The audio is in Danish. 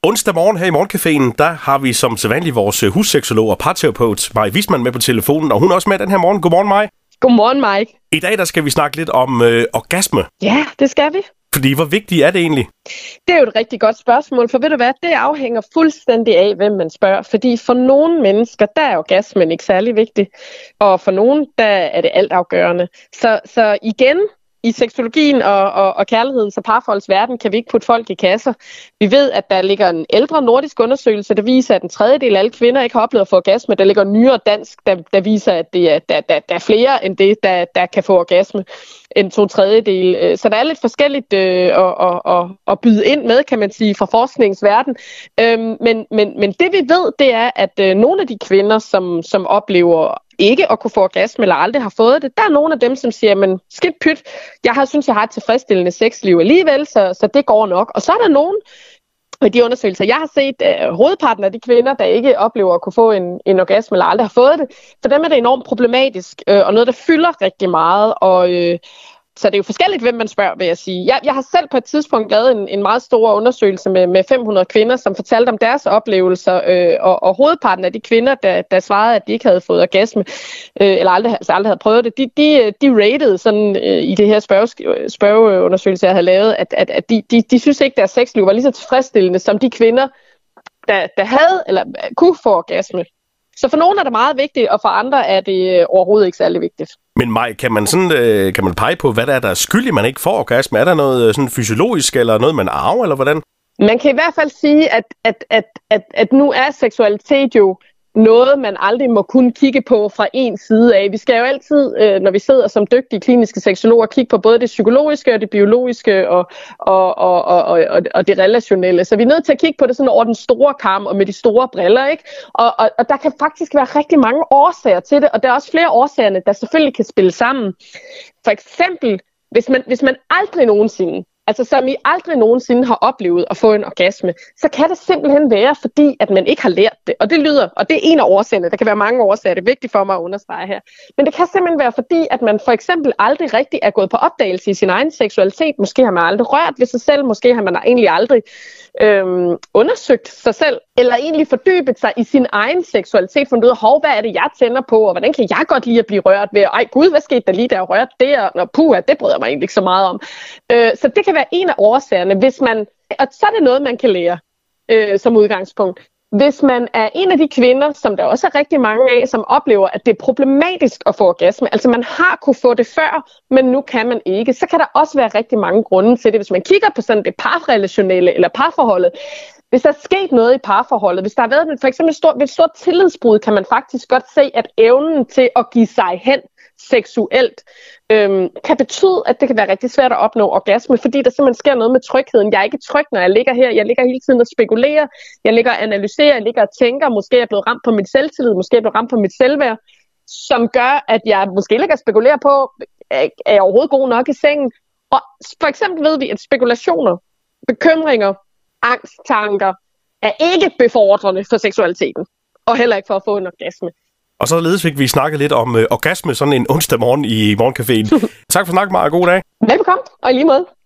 Onsdag morgen her i Morgencaféen, der har vi som sædvanligt vores husseksolog og parterapeut Maj Wismann med på telefonen, og hun er også med den her morgen. Godmorgen, Maj. Godmorgen, Mike. I dag der skal vi snakke lidt om orgasme. Ja, det skal vi. Fordi hvor vigtigt er det egentlig? Det er jo et rigtig godt spørgsmål, for ved du hvad, det afhænger fuldstændig af, hvem man spørger. Fordi for nogle mennesker, der er orgasmen ikke særlig vigtig, og for nogle, der er det altafgørende. Så igen, i seksologien og kærlighedens og parforholdsverden kan vi ikke putte folk i kasser. Vi ved, at der ligger en ældre nordisk undersøgelse, der viser, at en tredjedel af alle kvinder ikke har oplevet at få orgasme. Der ligger en nyere dansk, der viser, at der er flere end det, der kan få orgasme end 2/3. Så der er lidt forskelligt at byde ind med, kan man sige, fra forskningsverden. Men det vi ved, det er, at nogle af de kvinder, som oplever ikke at kunne få orgasme eller aldrig har fået det, der er nogle af dem, som siger, men skidt pyt, jeg synes, jeg har et tilfredsstillende sexliv alligevel, så det går nok. Og så er der nogen af de undersøgelser, jeg har set, hovedparten af de kvinder, der ikke oplever at kunne få en orgasme eller aldrig har fået det, for dem er det enormt problematisk, og noget, der fylder rigtig meget, så det er jo forskelligt, hvem man spørger, vil jeg sige. Jeg har selv på et tidspunkt lavet en meget stor undersøgelse med 500 kvinder, som fortalte om deres oplevelser, og hovedparten af de kvinder, der svarede, at de ikke havde fået orgasme, eller aldrig havde prøvet det, de rated sådan i det her spørgeundersøgelse, jeg havde lavet, at de synes ikke, deres sexliv var lige så tilfredsstillende, som de kvinder, der havde eller kunne få orgasme. Så for nogle er det meget vigtigt, og for andre er det overhovedet ikke særlig vigtigt. Men Maj, kan man pege på, hvad der er skyld i, man ikke får orgasme? Er der noget sådan fysiologisk, eller noget, man arver, eller hvordan? Man kan i hvert fald sige, at nu er seksualitet jo noget, man aldrig må kunne kigge på fra en side af. Vi skal jo altid, når vi sidder som dygtige kliniske seksologer, kigge på både det psykologiske og det biologiske og det relationelle. Så vi er nødt til at kigge på det sådan over den store kam og med de store briller, ikke? Og der kan faktisk være rigtig mange årsager til det, og der er også flere årsagerne, der selvfølgelig kan spille sammen. For eksempel, hvis man aldrig nogensinde, altså som I aldrig nogensinde har oplevet at få en orgasme, så kan det simpelthen være, fordi at man ikke har lært det. Og det er en af årsagerne. Der kan være mange årsager, det er vigtigt for mig at understrege her. Men det kan simpelthen være, fordi at man for eksempel aldrig rigtig er gået på opdagelse i sin egen seksualitet. Måske har man aldrig rørt ved sig selv, måske har man egentlig aldrig undersøgt sig selv, eller egentlig fordybet sig i sin egen seksualitet, fundet ud af, hvad er det, jeg tænder på, og hvordan kan jeg godt lide at blive rørt ved, ej gud, hvad skete der lige, der rørt der, og puha, det bryder mig egentlig ikke så meget om. Så det kan være en af årsagerne, og så er det noget, man kan lære som udgangspunkt. Hvis man er en af de kvinder, som der også er rigtig mange af, som oplever, at det er problematisk at få orgasme, altså man har kunne få det før, men nu kan man ikke, så kan der også være rigtig mange grunde til det. Hvis man kigger på sådan det parrelationelle eller parforholdet, hvis der er sket noget i parforholdet, hvis der har været for eksempel et stort tillidsbrud, kan man faktisk godt se, at evnen til at give sig hen seksuelt kan betyde, at det kan være rigtig svært at opnå orgasme, fordi der simpelthen sker noget med trygheden. Jeg er ikke tryg, når jeg ligger her. Jeg ligger hele tiden og spekulerer. Jeg ligger og analyserer. Jeg ligger og tænker. Måske er jeg blevet ramt på mit selvtillid. Måske er jeg blevet ramt på mit selvværd. Som gør, at jeg måske ligger og spekulerer på, er jeg overhovedet god nok i sengen? Og for eksempel ved vi, at spekulationer, bekymringer, angsttanker er ikke befordrende for seksualiteten. Og heller ikke for at få en orgasme. Og således fik vi snakket lidt om orgasme sådan en onsdag morgen i Morgencaféen. Tak for snak, Maj, og god dag. Velbekomme, og i lige måde.